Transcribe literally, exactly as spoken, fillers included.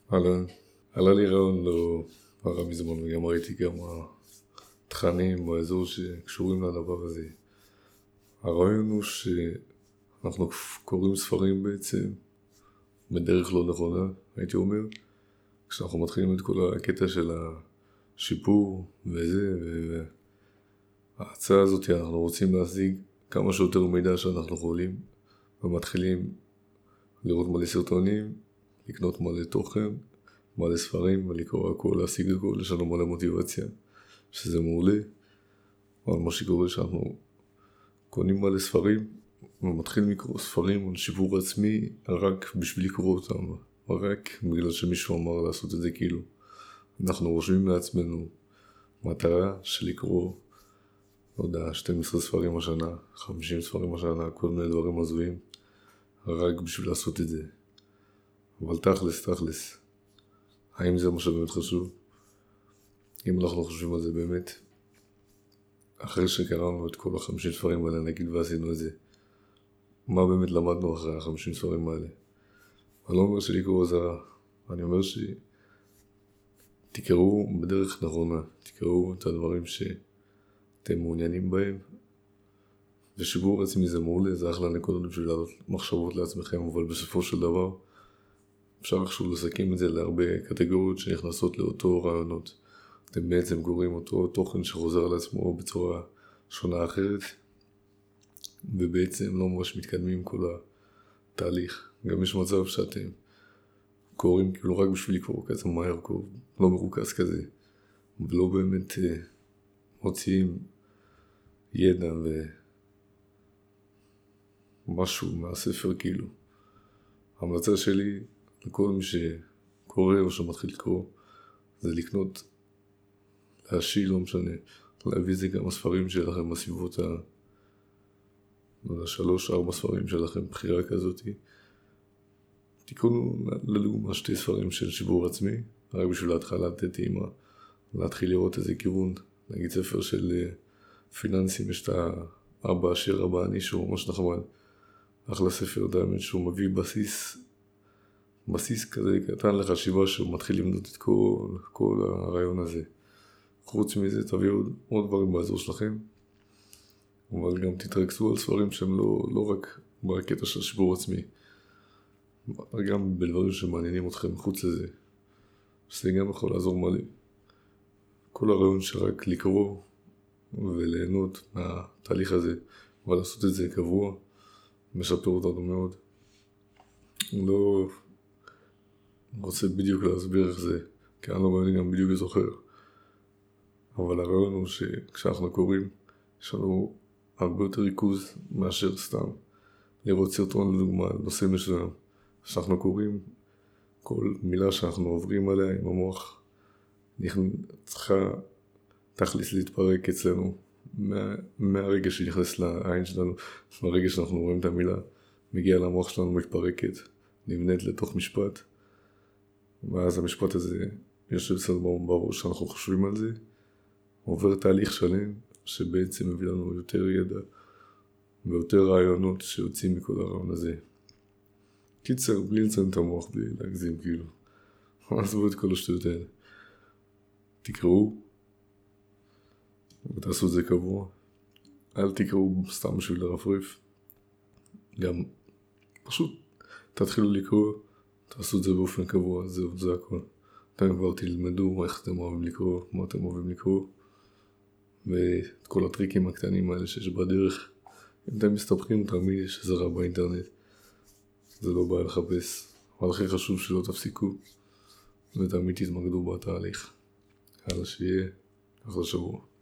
אהלן, עלה לי רעיון לא הרע מזמן וגם ראיתי כמה תכנים באזור שקשורים לדבר הזה. הרעיון הוא שאנחנו קוראים ספרים בעצם בדרך לא נכונה, הייתי אומר, כשאנחנו מתחילים את כל הקטע של השיפור וזה, וההצעה הזאת אנחנו רוצים להשיג כמה שיותר מידע שאנחנו יכולים, ומתחילים לראות מלא סרטונים, לקנות מלא תוכן, מלא ספרים, ולקרוא הכל, להשיג הכל, יש לנו מלא מוטיבציה, שזה מעולה. אבל מה שקורה שאנחנו קונים מלא ספרים, ומתחילים לקרוא ספרים על שיפור עצמי, רק בשביל לקרוא אותם, רק בגלל שמישהו אמר לעשות את זה כאילו. אנחנו רושמים לעצמנו מטרה של לקרוא, לא יודע, שתים עשרה ספרים השנה, חמישים ספרים השנה, כל מיני דברים הזויים, רק בשביל לעשות את זה. אבל תכלס, תכלס, האם זה מה שבאמת חשוב? אם אנחנו חושבים על זה באמת, אחרי שקראנו את כל החמישים ספרים האלה, נגיד ועשינו את זה, מה באמת למדנו אחרי החמישים ספרים האלה? אני לא אומר שלקרוא זה רע, אני אומר שתקראו בדרך נכונה, תקראו את הדברים שאתם מעוניינים בהם, ושיפור עצמי זה מעולה, זה אחלה נקודות בשביל לעלות מחשבות לעצמכם, אבל בסופו של דבר, אפשר איכשהו לסכם את זה להרבה קטגוריות שנכנסות לאותו רעיונות. אתם בעצם קוראים אותו תוכן שחוזר על עצמו בצורה שונה אחרת, ובעצם לא ממש מתקדמים כל התהליך. גם יש מצב שאתם קוראים כאילו רק בשביל לקרוא כזה מהר, לא מרוכז כזה, ולא באמת uh, מוציאים ידע ומשהו מהספר כאילו. ההמלצה שלי לכל מי שקורא או שמתחיל לקרוא, זה לקנות, להשיל, לא משנה, להביא זה גם הספרים שלכם בסביבות ה... לא יודע, שלוש, ארבע ספרים שלכם, בחירה כזאת. תקראו לדוגמה שתי ספרים של שיפור עצמי, רק בשביל להתחלה לתת טעימה, להתחיל לראות איזה כיוון, נגיד ספר של פיננסים, יש את האבא עשיר אבא עני, שהוא ממש נחמד, אחלה ספר דיימנד, שהוא מביא בסיס, בסיס כזה קטן לחשיבה שהוא מתחיל למנות את כל, כל הרעיון הזה. חוץ מזה תביאו עוד, עוד דברים באזור שלכם, אבל גם תתרכזו על ספרים שהם לא, לא רק בקטע של שיפור עצמי, גם בדברים שמעניינים אתכם חוץ לזה, שזה גם יכול לעזור מלא. כל הרעיון שרק לקרוא וליהנות מהתהליך הזה, אבל לעשות את זה קבוע, משפר אותנו מאוד. לא רוצה בדיוק להסביר איך זה, כי אני לא באמת גם בדיוק זוכר. אבל הרעיון הוא שכשאנחנו קוראים, יש לנו הרבה יותר ריכוז מאשר סתם לראות סרטון לדוגמה, נושא מסוים. כשאנחנו קוראים, כל מילה שאנחנו עוברים עליה עם המוח, צריכה תכלס להתפרק אצלנו, מה, מהרגע שנכנס לעין שלנו, מהרגע שאנחנו רואים את המילה, מגיע למוח שלנו מתפרקת, נבנית לתוך משפט, ואז המשפט הזה יושב אצלנו בראש שאנחנו חושבים על זה, עובר תהליך שלם שבעצם מביא לנו יותר ידע ויותר רעיונות שיוצאים מכל הרעיון הזה. קיצר, בלי לציין את המוח, בלי להגזים כאילו. עזבו את כל השטויות האלה. תקראו ותעשו את זה קבוע. אל תקראו סתם בשביל לרפרף. גם פשוט תתחילו לקרוא, תעשו את זה באופן קבוע, זהו, זה הכל. אתם כבר תלמדו איך אתם אוהבים לקרוא, מה אתם אוהבים לקרוא. ואת כל הטריקים הקטנים האלה שיש בדרך, אם אתם מסתבכים תמיד יש עזרה באינטרנט, זה לא בעיה לחפש, אבל הכי חשוב שלא תפסיקו ותמיד תתמקדו בתהליך. יאללה, שיהיה אחלה שבוע.